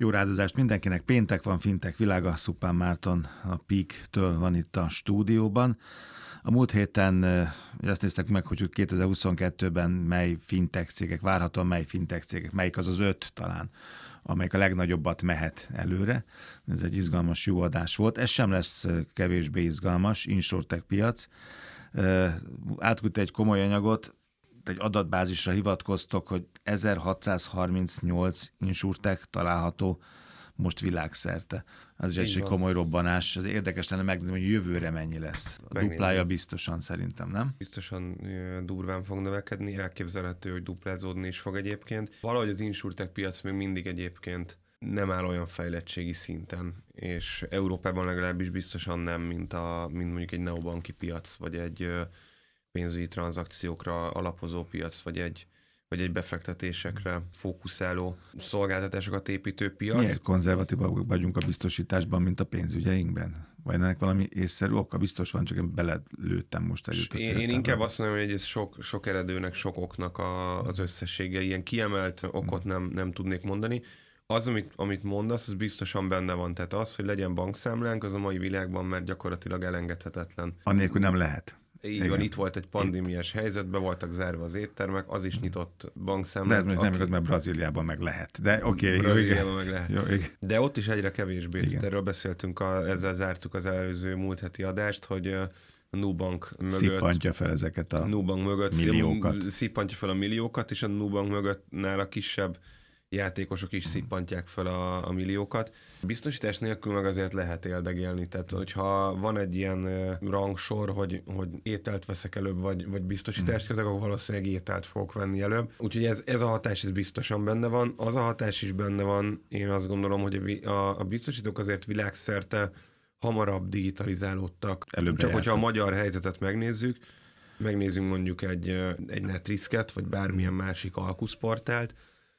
Jó rádozást mindenkinek, péntek van, Fintech világa, Szupán Márton a Peak-től van itt a stúdióban. A múlt héten azt néztek meg, hogy 2022-ben mely fintech cégek, várhatóan mely fintech cégek, melyik az 5 talán, amelyik a legnagyobbat mehet előre. Ez egy izgalmas jó adás volt. Ez sem lesz kevésbé izgalmas, InsurTech piac. Átküldte egy komoly anyagot, egy adatbázisra hivatkoztok, hogy 1638 InsurTech található most világszerte. Ez is egy komoly robbanás. Ez érdekes lenne megnézni, hogy jövőre mennyi lesz. A duplája biztosan szerintem, nem? Biztosan durván fog növekedni, elképzelhető, hogy duplázódni is fog egyébként. Valahogy az InsurTech piac még mindig egyébként nem áll olyan fejlettségi szinten, és Európában legalábbis biztosan nem, mint mondjuk egy neobanki piac, vagy egy pénzügyi tranzakciókra alapozó piac, vagy egy befektetésekre fókuszáló szolgáltatásokat építő piac. Miért konzervatívak vagyunk a biztosításban, mint a pénzügyeinkben? Vagy ennek valami észszerű oka? Biztos van, csak én belelőttem most együtt. Én inkább azt mondom, hogy ez sok eredőnek, sok oknak az összessége. Ilyen kiemelt okot nem tudnék mondani. Az, amit mondasz, az biztosan benne van. Tehát az, hogy legyen bankszámlánk, az a mai világban már gyakorlatilag elengedhetetlen. Annélkül nem lehet. Így van, itt volt egy pandémiás helyzetben, voltak zárva az éttermek, az is nyitott bankszámlát. De ez még nem igaz, mert Brazíliában meg lehet. De oké. Brazíliában meg lehet. Jó, de ott is egyre kevésbé. Erről beszéltünk, ezzel zártuk az előző múlt heti adást, hogy a Nubank mögött szippantja fel ezeket a milliókat. Szippantja fel a milliókat, és a Nubank mögött nála kisebb játékosok is szippantják fel a milliókat. Biztosítás nélkül meg azért lehet éldegélni, tehát hogyha van egy ilyen rangsor, hogy ételt veszek előbb, vagy biztosítást kötök, akkor valószínűleg ételt fogok venni előbb. Úgyhogy ez a hatás ez biztosan benne van. Az a hatás is benne van, én azt gondolom, hogy a biztosítók azért világszerte hamarabb digitalizálódtak. Csak hogyha a magyar helyzetet megnézzünk mondjuk egy NetRisket, vagy bármilyen másik alkuszportált,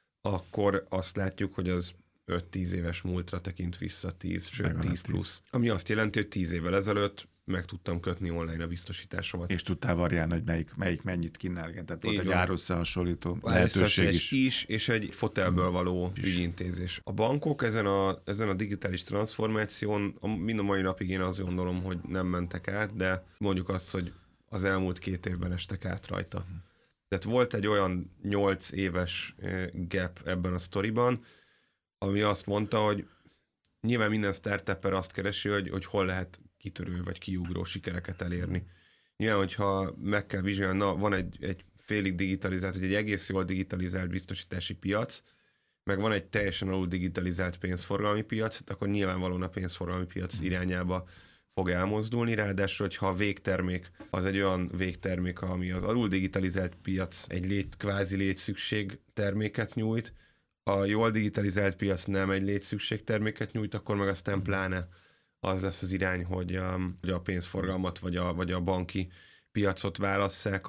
akkor azt látjuk, hogy az 5-10 éves múltra tekint vissza, 10, sőt 10 plusz. Ami azt jelenti, hogy 10 évvel ezelőtt meg tudtam kötni online a biztosításomat. És tudtál variálni, hogy melyik mennyit kínál. Tehát volt egy árösszehasonlító lehetőség is. És egy fotelből való ügyintézés. A bankok ezen a digitális transformáción mind a mai napig én azt gondolom, hogy nem mentek át, de mondjuk azt, hogy az elmúlt 2 évben estek át rajta. Tehát volt egy olyan 8 éves gap ebben a sztoriban, ami azt mondta, hogy nyilván minden startupper azt keresi, hogy hol lehet kitörő vagy kiugró sikereket elérni. Nyilván, hogyha meg kell vizsgálni, van egy félig digitalizált, vagy egy egész jól digitalizált biztosítási piac, meg van egy teljesen alul digitalizált pénzforgalmi piac, akkor nyilvánvalóan a pénzforgalmi piac irányába fog elmozdulni, ráadásul, hogyha a végtermék az egy olyan végtermék, ami az alul digitalizált piac egy kvázi létszükség terméket nyújt, a jól digitalizált piac nem egy létszükség terméket nyújt, akkor meg aztán pláne az lesz az irány, hogy a pénzforgalmat vagy a banki piacot válasszák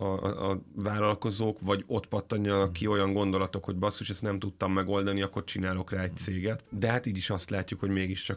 a vállalkozók, vagy ott pattanjanak ki olyan gondolatok, hogy basszus, ezt nem tudtam megoldani, akkor csinálok rá egy céget. De hát így is azt látjuk, hogy mégiscsak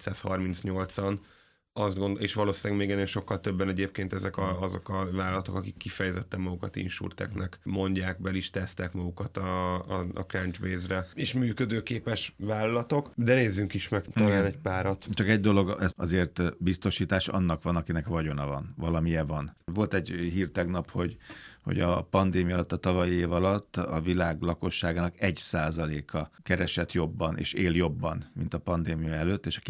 1638-an és valószínűleg még ennél sokkal többen egyébként azok a vállalatok, akik kifejezetten magukat InsurTechnek mondják, belistázták magukat a Crunchbase-re, és működőképes vállalatok, de nézzünk is meg talán egy párat. Csak egy dolog, ez azért biztosítás annak van, akinek vagyona van, valamilyen van. Volt egy hír tegnap, hogy a pandémia alatt, a tavalyi év alatt a világ lakosságának 1%-a keresett jobban és él jobban, mint a pandémia előtt, és a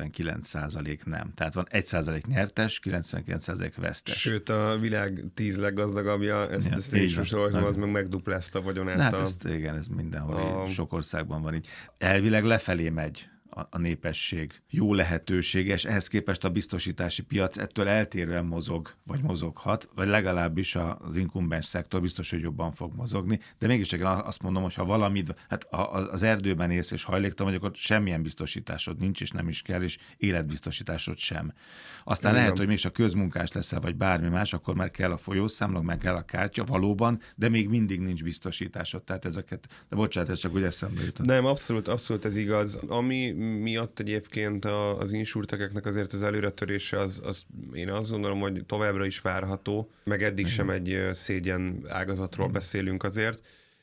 99% nem. Tehát van 1% nyertes, 99% vesztes. Sőt, a világ 10 leggazdagabbja, ezt én is most olvasom, az meg megduplázta vagyonát. Hát ez mindenhol sok országban van így. Elvileg lefelé megy a népesség jó lehetősége, és ehhez képest a biztosítási piac ettől eltérően mozog, vagy mozoghat, vagy legalábbis az inkumbens szektor biztos, hogy jobban fog mozogni, de mégis azt mondom, hogy ha valamit, hát az erdőben élsz és hajléktalan vagy, akkor semmilyen biztosításod nincs, és nem is kell, és életbiztosításod sem. Aztán lehet, hogy mégis a közmunkás leszel, vagy bármi más, akkor már kell a folyószámla, meg kell a kártya, valóban, de még mindig nincs biztosításod. Tehát ezeket, de bocsánat, ez csak úgy eszembe jutott. Nem, abszolút ez igaz. Ami miatt egyébként az InsurTech-eknek azért az előretörése, az én azt gondolom, hogy továbbra is várható, meg eddig sem egy szégyen ágazatról beszélünk azért.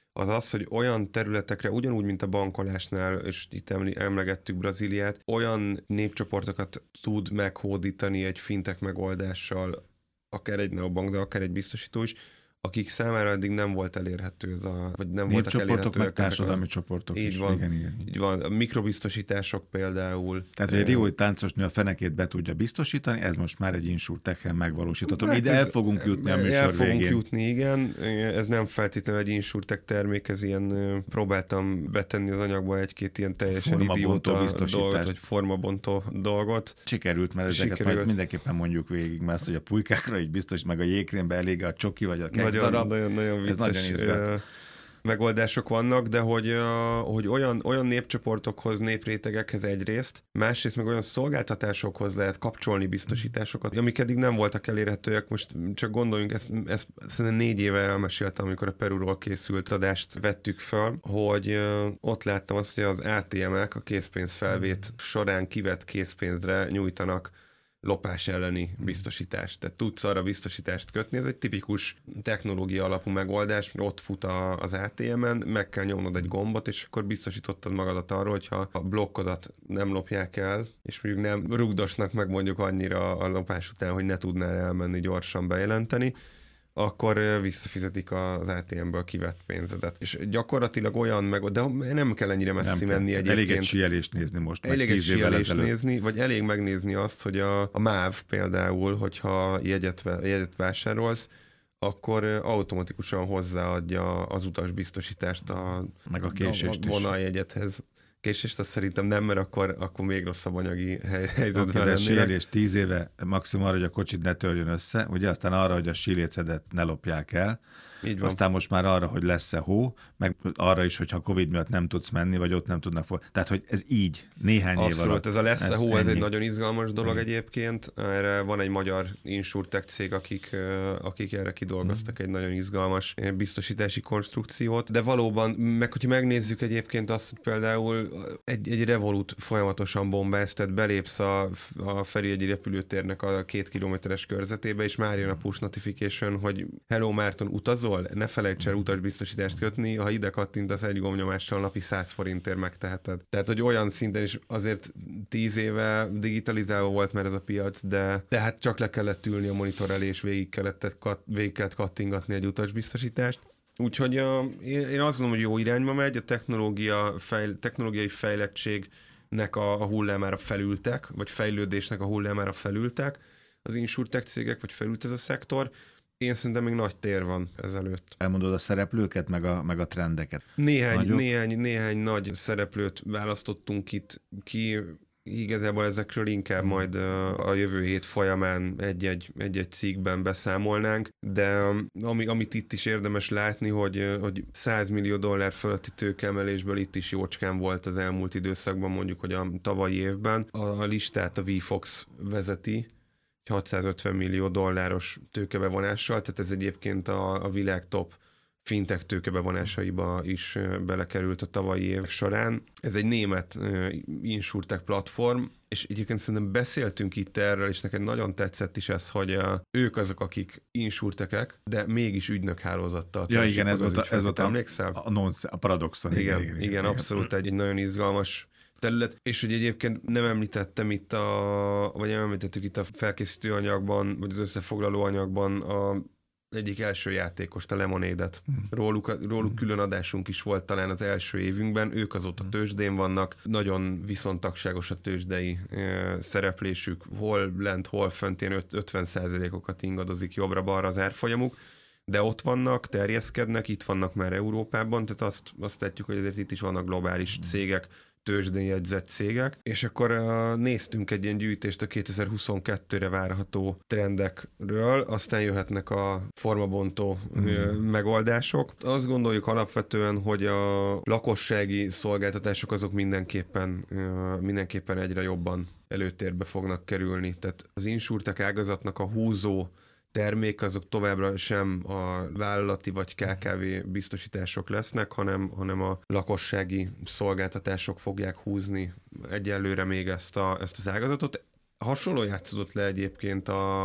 az az, hogy olyan területekre, ugyanúgy, mint a bankolásnál, és itt emlegettük Brazíliát, olyan népcsoportokat tud meghódítani egy fintech megoldással, akár egy neobank, de akár egy biztosító is, akik számára eddig nem volt elérhető ez vagy nem voltak elérhetőek. Meg társadalmi csoportok így is. Van, igen. Így van. A mikrobiztosítások például. Tehát, hogy egy riói táncosnő a fenekét be tudja biztosítani, ez most már egy insurtech-en megvalósítható. Hát ide el fogunk jutni a műsor el fogunk végén. jutni, igen. Ez nem feltétlenül egy insurtech termék, ez ilyen, próbáltam betenni az anyagba egy-két ilyen teljesen idióta dolgot, vagy formabontó dolgot. Sikerült, mert ezeket majd mindenképpen mondjuk végig, mert azt, hogy a pulykákra így biztos, meg a jégkrémbe elég a csoki, vagy a nagyon vicces, nagyon izgat. Megoldások vannak, de hogy olyan népcsoportokhoz, néprétegekhez egyrészt, másrészt meg olyan szolgáltatásokhoz lehet kapcsolni biztosításokat, amik eddig nem voltak elérhetőek. Most csak gondoljunk, ezt szerintem 4 éve elmeséltem, amikor a Peruról készült adást vettük föl, hogy ott láttam azt, hogy az ATM-ek a készpénzfelvét során kivett készpénzre nyújtanak lopás elleni biztosítást. Tehát tudsz arra biztosítást kötni, ez egy tipikus technológia alapú megoldás, ott fut az ATM-en, meg kell nyomnod egy gombot, és akkor biztosítottad magadat arról, hogyha a blokkodat nem lopják el, és mondjuk nem rugdosnak meg mondjuk annyira a lopás után, hogy ne tudnál elmenni gyorsan bejelenteni, akkor visszafizetik az ATM-ből kivett pénzedet. És gyakorlatilag olyan de nem kell ennyire messzi menni egyébként. Elég egy síelést nézni most, elég egy síelést nézni, vagy elég megnézni azt, hogy a MÁV például, hogyha jegyet vásárolsz, akkor automatikusan hozzáadja az utasbiztosítást meg a késést a vonaljegyethez. Késést azt szerintem nem, mert akkor még rosszabb anyagi helyzetben lennének. Síelés 10 éve maximum arra, hogy a kocsid ne törjön össze, ugye aztán arra, hogy a sílécedet ne lopják el, aztán most már arra, hogy lesz-e hó, meg arra is, hogyha Covid miatt nem tudsz menni, vagy ott nem tudnak Tehát, hogy ez így néhány év alatt. Abszolút, ez a lesz-e hó, ez egy nagyon izgalmas dolog egyébként. Erre van egy magyar insurtech cég, akik erre kidolgoztak egy nagyon izgalmas biztosítási konstrukciót, de valóban, meg hogyha megnézzük egyébként azt, hogy például egy Revolut folyamatosan bombáz, tehát belépsz a Ferihegyi repülőtérnek a 2 kilométeres körzetébe, és már jön a push notification, hogy hello Márton, utazol? Ne felejts el utasbiztosítást kötni, ha ide kattintasz egy gombnyomással napi 100 forintért megteheted. Tehát, hogy olyan szinten is azért 10 éve digitalizálva volt már ez a piac, de hát csak le kellett ülni a monitor elé, és végig kellett kattingatni egy utasbiztosítást. Úgyhogy én azt gondolom, hogy jó irányba megy, a technológiai fejlettségnek a hullámára felültek, vagy fejlődésnek a hullámára felültek az insurtech cégek, vagy felült ez a szektor. Én szerintem még nagy tér van ezelőtt. Elmondod a szereplőket, meg a trendeket. Néhány nagy szereplőt választottunk itt ki, igazából ezekről inkább majd a jövő hét folyamán egy-egy cikkben beszámolnánk, de amit itt is érdemes látni, hogy $100 millió fölötti tőkeemelésből itt is jócskán volt az elmúlt időszakban, mondjuk, hogy a tavalyi évben. A listát a VFox vezeti, $650 millió tőkebevonással, tehát ez egyébként a világ top fintech tőkebevonásaiba is belekerült a tavalyi év során. Ez egy német insurtech platform, és egyébként szerintem beszéltünk itt erről, és neked nagyon tetszett is ez, hogy ők azok, akik insurtechek, de mégis ügynökhálózattal. Ja, igen, ez volt a paradoxon. Igen, abszolút egy nagyon izgalmas terület, és hogy egyébként nem említettem itt vagy nem említettük itt a felkészítő anyagban, vagy az összefoglaló anyagban egyik első játékost, a Lemonade-et. Róluk külön adásunk is volt talán az első évünkben, ők azóta tőzsdén vannak, nagyon viszontagságos a tőzsdei szereplésük, hol lent, hol fönt, ilyen 50%-okat ingadozik jobbra-balra az árfolyamuk, de ott vannak, terjeszkednek, itt vannak már Európában, tehát azt tettük, hogy azért itt is vannak globális cégek, tőzsdén jegyzett cégek, és akkor néztünk egy ilyen gyűjtést a 2022-re várható trendekről, aztán jöhetnek a formabontó megoldások. Azt gondoljuk alapvetően, hogy a lakossági szolgáltatások azok mindenképpen egyre jobban előtérbe fognak kerülni. Tehát az insurtech ágazatnak a húzó termék, azok továbbra sem a vállalati vagy KKV biztosítások lesznek, hanem a lakossági szolgáltatások fogják húzni egyelőre még ezt az ágazatot. Hasonló játszódott le egyébként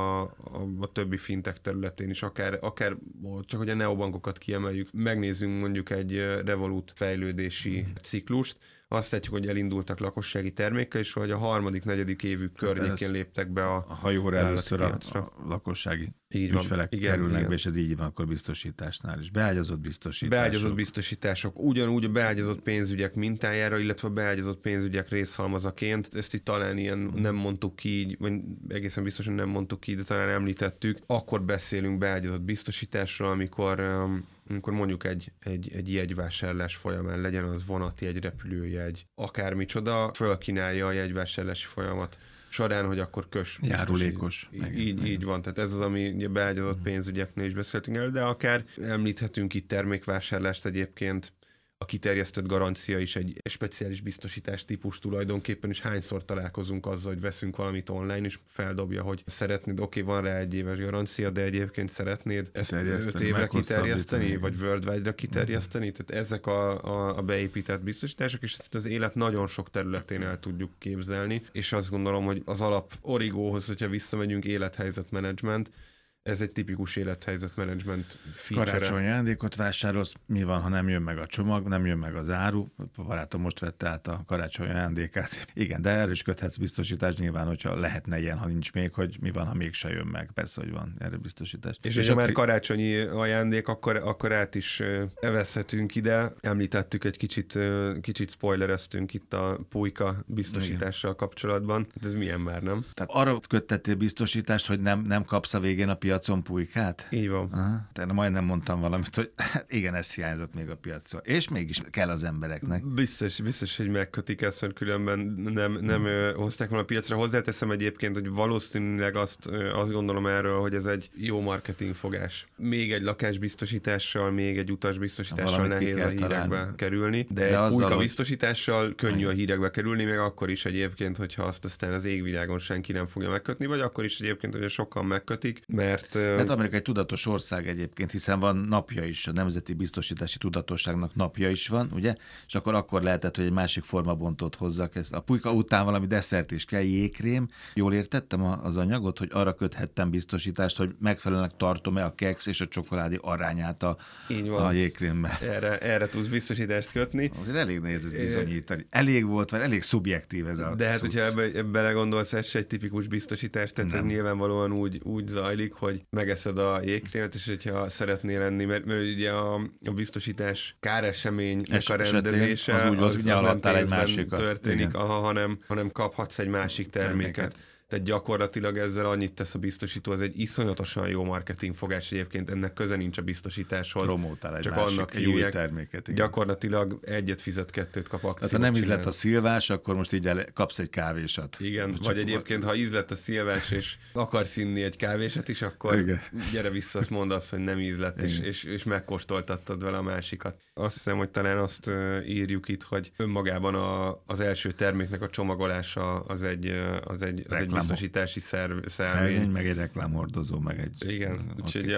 a többi fintech területén is, akár csak hogy a neobankokat kiemeljük, megnézzünk mondjuk egy Revolut fejlődési ciklust, azt látjuk, hogy elindultak lakossági termékkel, és hogy a harmadik-negyedik évük környékén léptek be a hajóra először a lakossági ügyfelek kerülnek be, és ez így van akkor biztosításnál is. Beágyazott biztosítások. Beágyazott biztosítások. Ugyanúgy a beágyazott pénzügyek mintájára, illetve a beágyazott pénzügyek részhalmazaként. Ezt itt talán ilyen nem mondtuk ki így, vagy egészen biztosan nem mondtuk ki, de talán említettük. Akkor beszélünk beágyazott biztosításról, amikor mondjuk egy jegyvásárlás folyamán, legyen az vonatjegy, repülőjegy, akármicsoda, fölkínálja a jegyvásárlási folyamat során, hogy akkor kös. Járulékos. Így van, tehát ez az, ami beágyazott pénzügyeknél is beszéltünk el, de akár említhetünk itt termékvásárlást egyébként, a kiterjesztett garancia is egy speciális biztosítás típus tulajdonképpen, és hányszor találkozunk azzal, hogy veszünk valamit online, és feldobja, hogy szeretnéd, oké, van rá 1 éves garancia, de egyébként szeretnéd ezt 5 évre kiterjeszteni, vagy worldwide-ra kiterjeszteni, tehát ezek a beépített biztosítások, és ezt az élet nagyon sok területén el tudjuk képzelni, és azt gondolom, hogy az alap origóhoz, hogyha visszamegyünk, élethelyzetmenedzsment, ez egy tipikus élethelyzetmenedzsment feature. Karácsonyi ajándékot vásárolsz, mi van, ha nem jön meg a csomag, nem jön meg az áru. A barátom most vette át a karácsonyi ajándékát. Igen, de erről is köthetsz biztosítást nyilván, hogyha lehetne ilyen, ha nincs még, hogy mi van, ha mégse jön meg. Persze, hogy van erre biztosítás. És ha már karácsonyi ajándék, akkor át is evezhetünk ide. Említettük egy kicsit spoilereztünk itt a pulyka biztosítással kapcsolatban. Ez milyen már, nem? Tehát arra köttettél biztosítást, hogy nem kapsz a végén a piacon pulykát? Így van. Tehát majdnem mondtam valamit, hogy igen, ez hiányzott még a piacon. És mégis kell az embereknek. Biztos, hogy megkötik ezt, mert különben nem hozták volna a piacra. Hozzáteszem egyébként, hogy valószínűleg azt gondolom erről, hogy ez egy jó marketingfogás. Még egy lakásbiztosítással, még egy utasbiztosítással nehéz a hírekbe kerülni, de egy pulyka biztosítással könnyű a hírekbe kerülni, még akkor is egyébként, hogyha azt aztán az égvilágon senki nem fogja megkötni, vagy akkor is egyébként, hogy sokan megkötik, mert Amerika egy tudatos ország egyébként, hiszen van napja is, a Nemzeti Biztosítási Tudatosságnak napja is van, ugye? És akkor lehetett, hogy egy másik formabontót hozzak. A pulyka után valami desszert is kell, jégkrém. Jól értettem az anyagot, hogy arra köthettem biztosítást, hogy megfelelően tartom-e a keksz és a csokoládé arányát a jégkrémmel. Erre tudsz biztosítást kötni. Azért elég nehéz ezt bizonyítani. Elég volt, vagy elég szubjektív ez a De hát, hogyha ebbe belegondolsz, ez se egy tipikus biztosítás, tehát ez nyilvánvalóan úgy zajlik, hogy megeszed a jégkrémet, és hogyha szeretnél lenni, mert ugye a biztosítás káreseménynek a rendezése az úgy volt, hogy nyalhattál egy másikat történik, hanem kaphatsz egy másik terméket. Tehát gyakorlatilag ezzel annyit tesz a biztosító, ez egy iszonyatosan jó marketingfogás egyébként, ennek köze nincs a biztosításhoz. Promótál egy csak másik, annak egy új terméket. Igen. Gyakorlatilag egyet fizet, 2 kap akciót. Tehát ha nem ízlett a szilvás, akkor most így kapsz egy kávésat. Igen, vagy egyébként, ha ízlett a szilvás, és akarsz inni egy kávésat is, akkor gyere vissza, azt mondd azt, hogy nem ízlett, és megkóstoltattad vele a másikat. Azt hiszem, hogy talán azt írjuk itt, hogy önmagában az első terméknek a csomagolása az egy biztosítási szervény. Meg egy reklámhordozó, meg egy... Igen,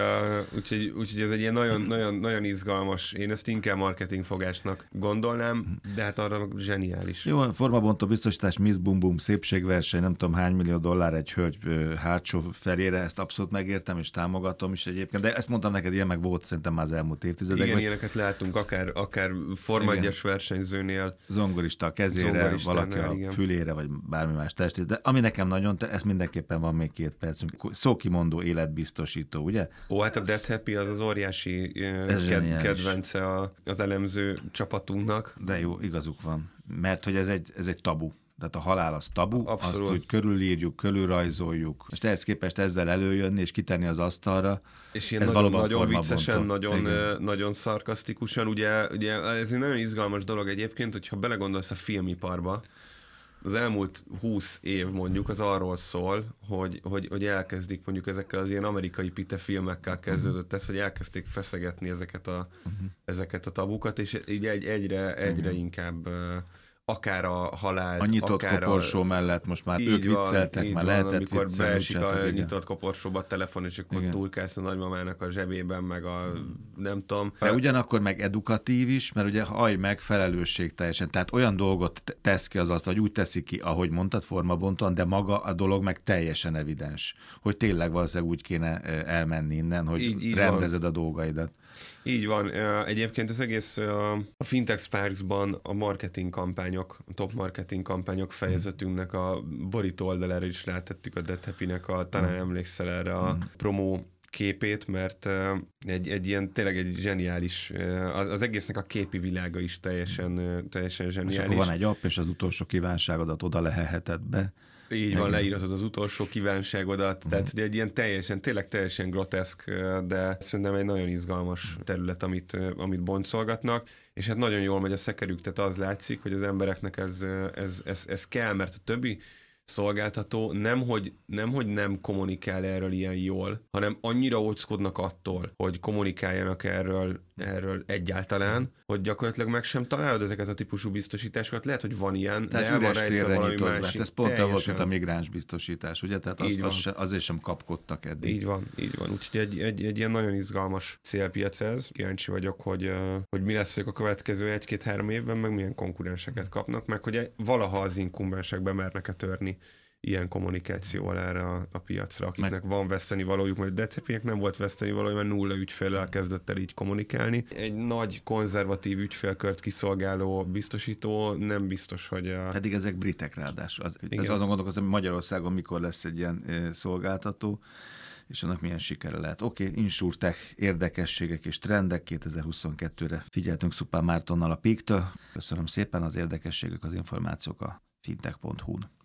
úgyhogy ez egy ilyen nagyon, nagyon, nagyon izgalmas, én ezt inkább marketingfogásnak gondolnám, de hát arra zseniális. Jó, formabontó biztosítás, Miss Bum Bum, szépségverseny, nem tudom hány millió dollár egy hölgy hátsó felére, ezt abszolút megértem és támogatom is egyébként, de ezt mondtam neked, ilyen meg volt szerintem már az elmúlt évtizedekben. Igen, ilyeneket látunk, akár Forma 1-es versenyzőnél. Zongorista a kezére, valaki a fülére, vagy bármi más testét, de ami nekem nagyon, ez mindenképpen van még 2 percünk. Szókimondó életbiztosító, ugye? Hát a Death Happy az óriási kedvence az elemző csapatunknak. De jó, igazuk van. Mert hogy ez egy tabu. Tehát a halál az tabu, abszolút. Azt, hogy körülírjuk, körülrajzoljuk. Most ehhez képest ezzel előjönni és kitenni az asztalra, és ilyen ez nagyon viccesen, nagyon szarkasztikusan. Ugye ez egy nagyon izgalmas dolog egyébként, hogyha belegondolsz a filmiparba, az elmúlt 20 év mondjuk az arról szól, hogy elkezdik mondjuk ezekkel az ilyen amerikai pite filmekkel kezdődött ez, hogy elkezdték feszegetni ezeket a tabukat, és így egyre inkább akár a halált, a nyitott akár koporsó mellett most már ők vicceltek, már lehetett amikor viccelni. beesik a nyitott koporsóba a telefon, és akkor Igen. túlkálsz a nagymamának a zsebében, meg a nem tudom. De ugyanakkor meg edukatív is, mert ugye haj meg felelősség teljesen. Tehát olyan dolgot tesz ki az azt, hogy úgy teszi ki, ahogy mondtad, formabontóan, de maga a dolog meg teljesen evidens, hogy tényleg valószínűleg úgy kéne elmenni innen, hogy így rendezed a dolgaidat. Így van. Egyébként az egész a Fintech Sparks-ban a marketing kampányok, a top marketing kampányok fejezetünknek a borító oldalára is rátettük a Dead Happy-nek talán emlékszel erre a promó képét, mert egy ilyen tényleg egy zseniális, az egésznek a képi világa is teljesen zseniális. És akkor van egy app, és az utolsó kívánságodat oda leheted be. Így van, leírhatod az utolsó kívánságodat, tehát egy ilyen tényleg teljesen groteszk, de szerintem egy nagyon izgalmas terület, amit boncolgatnak, és hát nagyon jól megy a szekerük, tehát az látszik, hogy az embereknek ez kell, mert a többi szolgáltató nemhogy nem kommunikál erről ilyen jól, hanem annyira óckodnak attól, hogy kommunikáljanak erről egyáltalán, hogy gyakorlatilag meg sem találod ezeket a típusú biztosításokat. Lehet, hogy van ilyen, tehát de el van üres rejtve térre valami nyitod, másik. ez pont volt, mint a migráns biztosítás, ugye? Tehát azért sem kapkodtak eddig. Így van. Úgyhogy egy ilyen nagyon izgalmas célpiac ez. Kíváncsi vagyok, hogy mi lesz a következő 1-2-3 évben, meg milyen konkurenseket kapnak, meg hogy valaha az inkumbensek bemernek-e törni ilyen kommunikációval erre a piacra, akiknek van vesztenivalójuk, majd Dead Happy-nek nem volt vesztenivalója, mert 0 ügyféllel kezdett el így kommunikálni. Egy nagy konzervatív ügyfélkört kiszolgáló biztosító nem biztos, hogy Pedig ezek britek ráadásul. Azon gondolkozom, hogy Magyarországon mikor lesz egy ilyen szolgáltató, és annak milyen sikere lehet. Oké, InsurTech érdekességek és trendek 2022-re figyeltünk Szupán Mártonnal a Peak-től. Köszönöm szépen az érdekességek, az információk a fintech.hu-n.